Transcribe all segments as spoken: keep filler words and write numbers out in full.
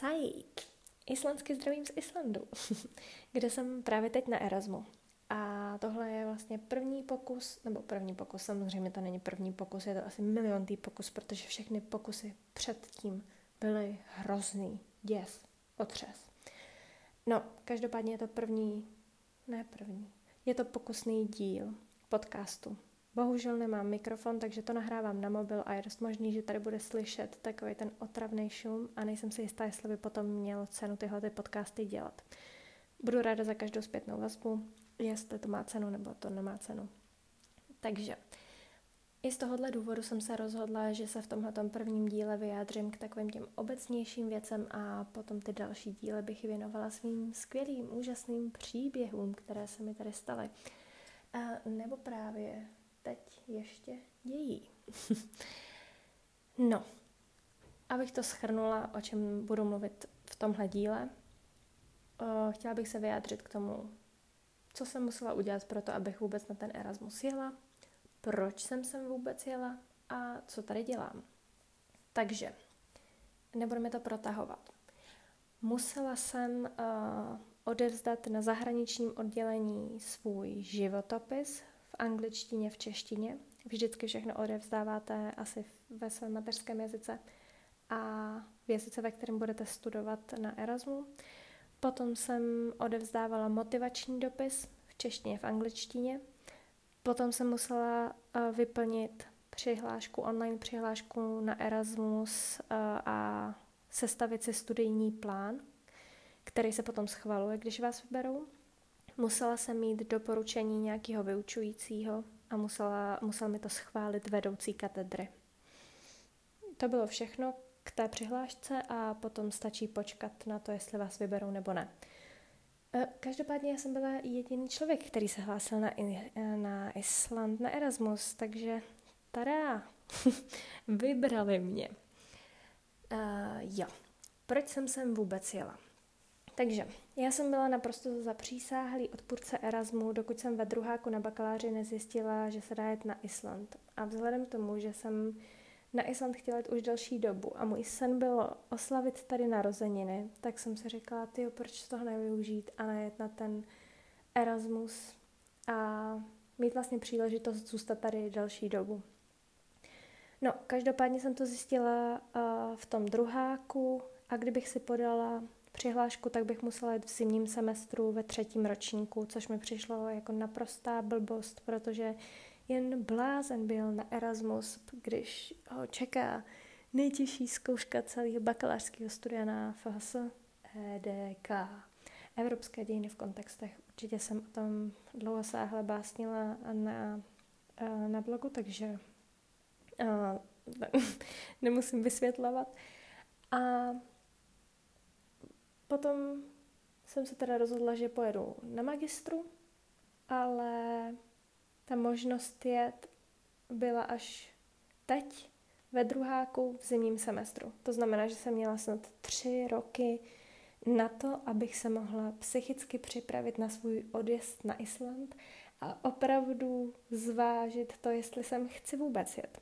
Sajít. Islandsky zdravím z Islandu, kde jsem právě teď na Erasmu. A tohle je vlastně první pokus, nebo první pokus, samozřejmě to není první pokus, je to asi miliontý pokus, protože všechny pokusy předtím byly hrozný, děs, otřes. No, každopádně je to první, ne první, je to pokusný díl podcastu. Bohužel nemám mikrofon, takže to nahrávám na mobil a je dost možný, že tady bude slyšet takový ten otravný šum a nejsem si jistá, jestli by potom mělo cenu tyhle ty podcasty dělat. Budu ráda za každou zpětnou vazbu, jestli to má cenu nebo to nemá cenu. Takže i z tohohle důvodu jsem se rozhodla, že se v tomhletom prvním díle vyjádřím k takovým těm obecnějším věcem a potom ty další díly bych věnovala svým skvělým, úžasným příběhům, které se mi tady staly. A nebo právě teď ještě dějí. No, abych to shrnula, o čem budu mluvit v tomhle díle, chtěla bych se vyjádřit k tomu, co jsem musela udělat pro to, abych vůbec na ten Erasmus jela, proč jsem sem vůbec jela a co tady dělám. Takže, nebudeme to protahovat. Musela jsem uh, odevzdat na zahraničním oddělení svůj životopis v angličtině, v češtině. Vždycky všechno odevzdáváte asi ve svém mateřském jazyce a v jazyce, ve kterém budete studovat na Erasmu. Potom jsem odevzdávala motivační dopis v češtině, v angličtině. Potom jsem musela uh, vyplnit přihlášku, online přihlášku na Erasmus uh, a sestavit si studijní plán, který se potom schvaluje, když vás vyberou. Musela jsem mít doporučení nějakého vyučujícího a musela, musel mi to schválit vedoucí katedry. To bylo všechno k té přihlášce a potom stačí počkat na to, jestli vás vyberou nebo ne. Každopádně já jsem byla jediný člověk, který se hlásil na, na Island, na Erasmus, takže tada, vybrali mě. Uh, jo, proč jsem sem vůbec jela? Takže já jsem byla naprosto zapřísáhlý odpůrce Erasmu, dokud jsem ve druháku na bakaláři nezjistila, že se dá jet na Island. A vzhledem k tomu, že jsem na Island chtěla jít už delší dobu a můj sen bylo oslavit tady narozeniny, tak jsem si říkala, tyjo, proč toho nevyužít a nejet na ten Erasmus a mít vlastně příležitost zůstat tady delší dobu. No, každopádně jsem to zjistila uh, v tom druháku a kdybych si podala přihlášku, tak bych musela jít v zimním semestru ve třetím ročníku, což mi přišlo jako naprostá blbost, protože jen blázen byl na Erasmus, když ho čeká nejtěžší zkouška celého bakalářského studia na F H S E D K. Evropské dějiny v kontextech. Určitě jsem o tom dlouhosáhle básnila na, na blogu, takže uh, nemusím vysvětlovat. A potom jsem se teda rozhodla, že pojedu na magistru, ale ta možnost jet byla až teď ve druháku v zimním semestru. To znamená, že jsem měla snad tři roky na to, abych se mohla psychicky připravit na svůj odjezd na Island a opravdu zvážit to, jestli sem chci vůbec jet.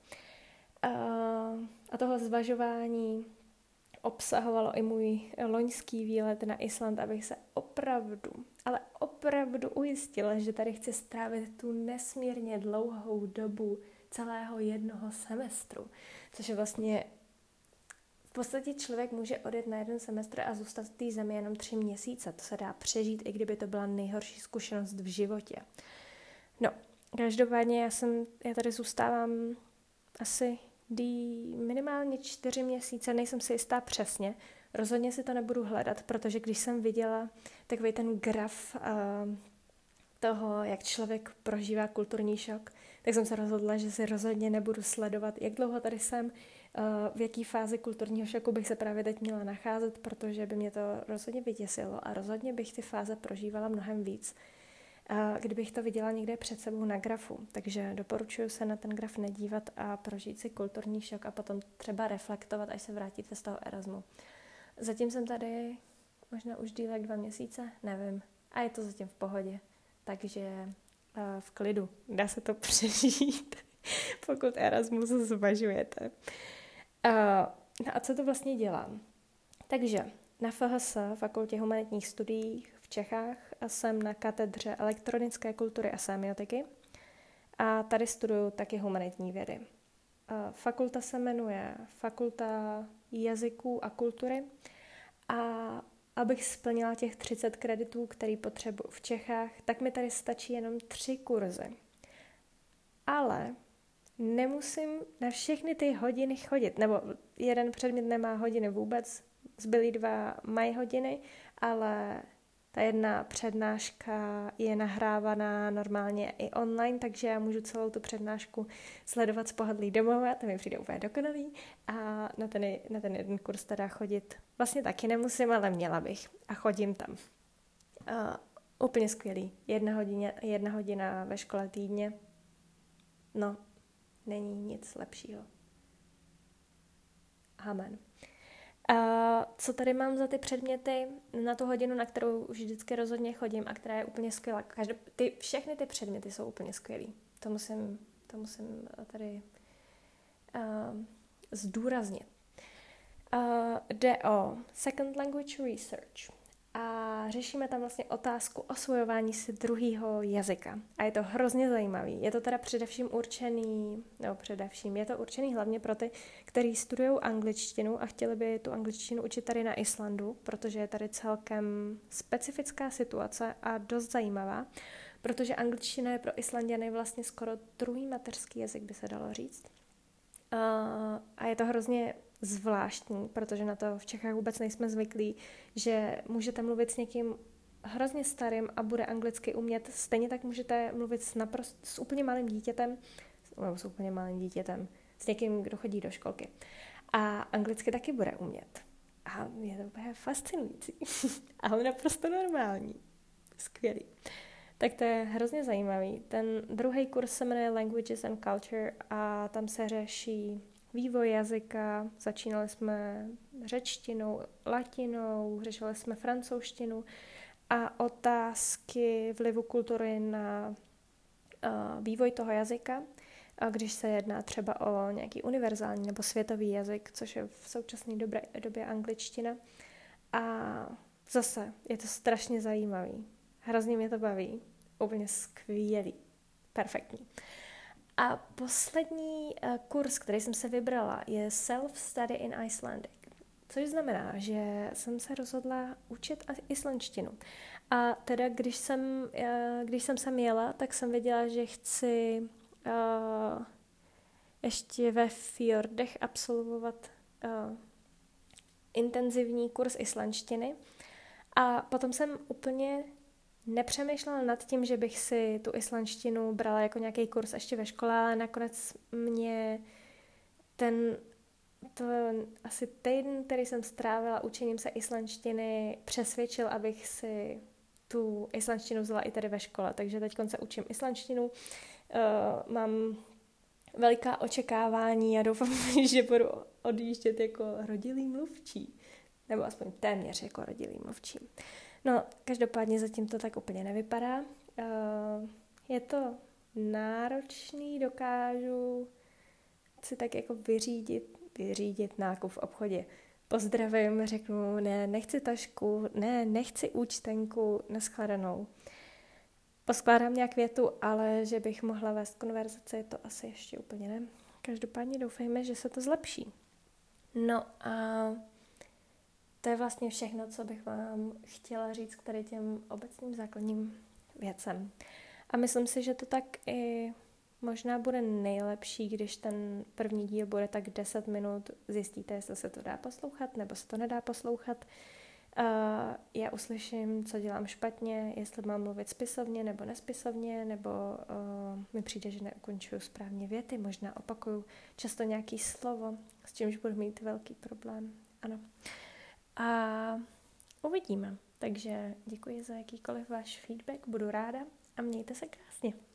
A tohle zvažování obsahovalo i můj loňský výlet na Island, abych se opravdu, ale opravdu ujistila, že tady chci strávit tu nesmírně dlouhou dobu celého jednoho semestru, což je vlastně v podstatě člověk může odjet na jeden semestr a zůstat v té zemi jenom tři měsíce. To se dá přežít, i kdyby to byla nejhorší zkušenost v životě. No, každopádně já jsem, já tady zůstávám asi dý, minimálně čtyři měsíce, nejsem si jistá přesně. Rozhodně si to nebudu hledat, protože když jsem viděla takový ten graf uh, toho, jak člověk prožívá kulturní šok, tak jsem se rozhodla, že si rozhodně nebudu sledovat, jak dlouho tady jsem, uh, v jaký fázi kulturního šoku bych se právě teď měla nacházet, protože by mě to rozhodně vyděsilo a rozhodně bych ty fáze prožívala mnohem víc, uh, kdybych to viděla někde před sebou na grafu. Takže doporučuji se na ten graf nedívat a prožít si kulturní šok a potom třeba reflektovat, až se vrátíte z toho Erasmu. Zatím jsem tady možná už díl jak dva měsíce, nevím. A je to zatím v pohodě. Takže uh, v klidu. Dá se to přežít, pokud Erasmus zvažujete. Uh, no a co to vlastně dělám? Takže na F H S, Fakultě humanitních studií v Čechách, a jsem na katedře elektronické kultury a semiotiky. A tady studuju taky humanitní vědy. Fakulta se jmenuje Fakulta jazyků a kultury a abych splnila těch třicet kreditů, který potřebuji v Čechách, tak mi tady stačí jenom tři kurzy. Ale nemusím na všechny ty hodiny chodit, nebo jeden předmět nemá hodiny vůbec, zbylý dva mají hodiny, ale ta jedna přednáška je nahrávaná normálně i online, takže já můžu celou tu přednášku sledovat z pohodlí domova, to mi přijde úplně dokonalý, a na ten, na ten jeden kurz teda chodit vlastně taky nemusím, ale měla bych a chodím tam. Uh, úplně skvělý. Jedna hodina, jedna hodina ve škole týdně. No, není nic lepšího. Amen. Uh, co tady mám za ty předměty na tu hodinu, na kterou už vždycky rozhodně chodím a která je úplně skvělá. Každop, ty, všechny ty předměty jsou úplně skvělý. To musím, to musím tady uh, zdůraznit. Uh, jde o Second Language Research a řešíme tam vlastně otázku osvojování si druhého jazyka. A je to hrozně zajímavý. Je to teda především určený, nebo především, je to určený hlavně pro ty, kteří studují angličtinu a chtěli by tu angličtinu učit tady na Islandu, protože je tady celkem specifická situace a dost zajímavá, protože angličtina je pro Islanďany vlastně skoro druhý mateřský jazyk, by se dalo říct. Uh, a je to hrozně zvláštní, protože na to v Čechách vůbec nejsme zvyklí, že můžete mluvit s někým hrozně starým a bude anglicky umět. Stejně tak můžete mluvit s, naprost, s úplně malým dítětem, nebo s úplně malým dítětem, s někým, kdo chodí do školky. A anglicky taky bude umět. A je to úplně fascinující, ale naprosto normální. Skvělý. Tak to je hrozně zajímavý. Ten druhý kurz se jmenuje Languages and Culture a tam se řeší vývoj jazyka. Začínali jsme řečtinou, latinou, řešili jsme francouzštinu a otázky vlivu kultury na uh, vývoj toho jazyka, a když se jedná třeba o nějaký univerzální nebo světový jazyk, což je v současné době, době angličtina. A zase je to strašně zajímavý. Hrozně mě to baví. Úplně skvělý. Perfektní. A poslední uh, kurz, který jsem se vybrala, je Self-Study in Icelandic. Což znamená, že jsem se rozhodla učit islandštinu. A teda, když jsem, uh, když jsem sem jela, tak jsem věděla, že chci uh, ještě ve fjordech absolvovat uh, intenzivní kurz islandštiny. A potom jsem úplně nepřemýšlela nad tím, že bych si tu islandštinu brala jako nějaký kurz ještě ve škole, ale nakonec mě ten to asi týden, který jsem strávila učením se islandštiny, přesvědčil, abych si tu islandštinu vzala i tady ve škole. Takže teď se učím islandštinu, uh, mám veliká očekávání a doufám, že budu odjíždět jako rodilý mluvčí. Nebo aspoň téměř jako rodilý mluvčí. No, každopádně zatím to tak úplně nevypadá. Uh, je to náročný, dokážu si tak jako vyřídit, vyřídit nákup v obchodě. Pozdravím, řeknu, ne, nechci tašku, ne, nechci účtenku, neschledanou. Poskládám nějak větu, ale že bych mohla vést konverzaci, to asi ještě úplně ne. Každopádně doufejme, že se to zlepší. No a to je vlastně všechno, co bych vám chtěla říct k tady těm obecným základním věcem. A myslím si, že to tak i možná bude nejlepší, když ten první díl bude tak deset minut, zjistíte, jestli se to dá poslouchat, nebo se to nedá poslouchat. Uh, já uslyším, co dělám špatně, jestli mám mluvit spisovně nebo nespisovně, nebo uh, mi přijde, že neukončuju správně věty, možná opakuju často nějaký slovo, s čímž budu mít velký problém. Ano. A uvidíme. Takže děkuji za jakýkoliv váš feedback, budu ráda a mějte se krásně.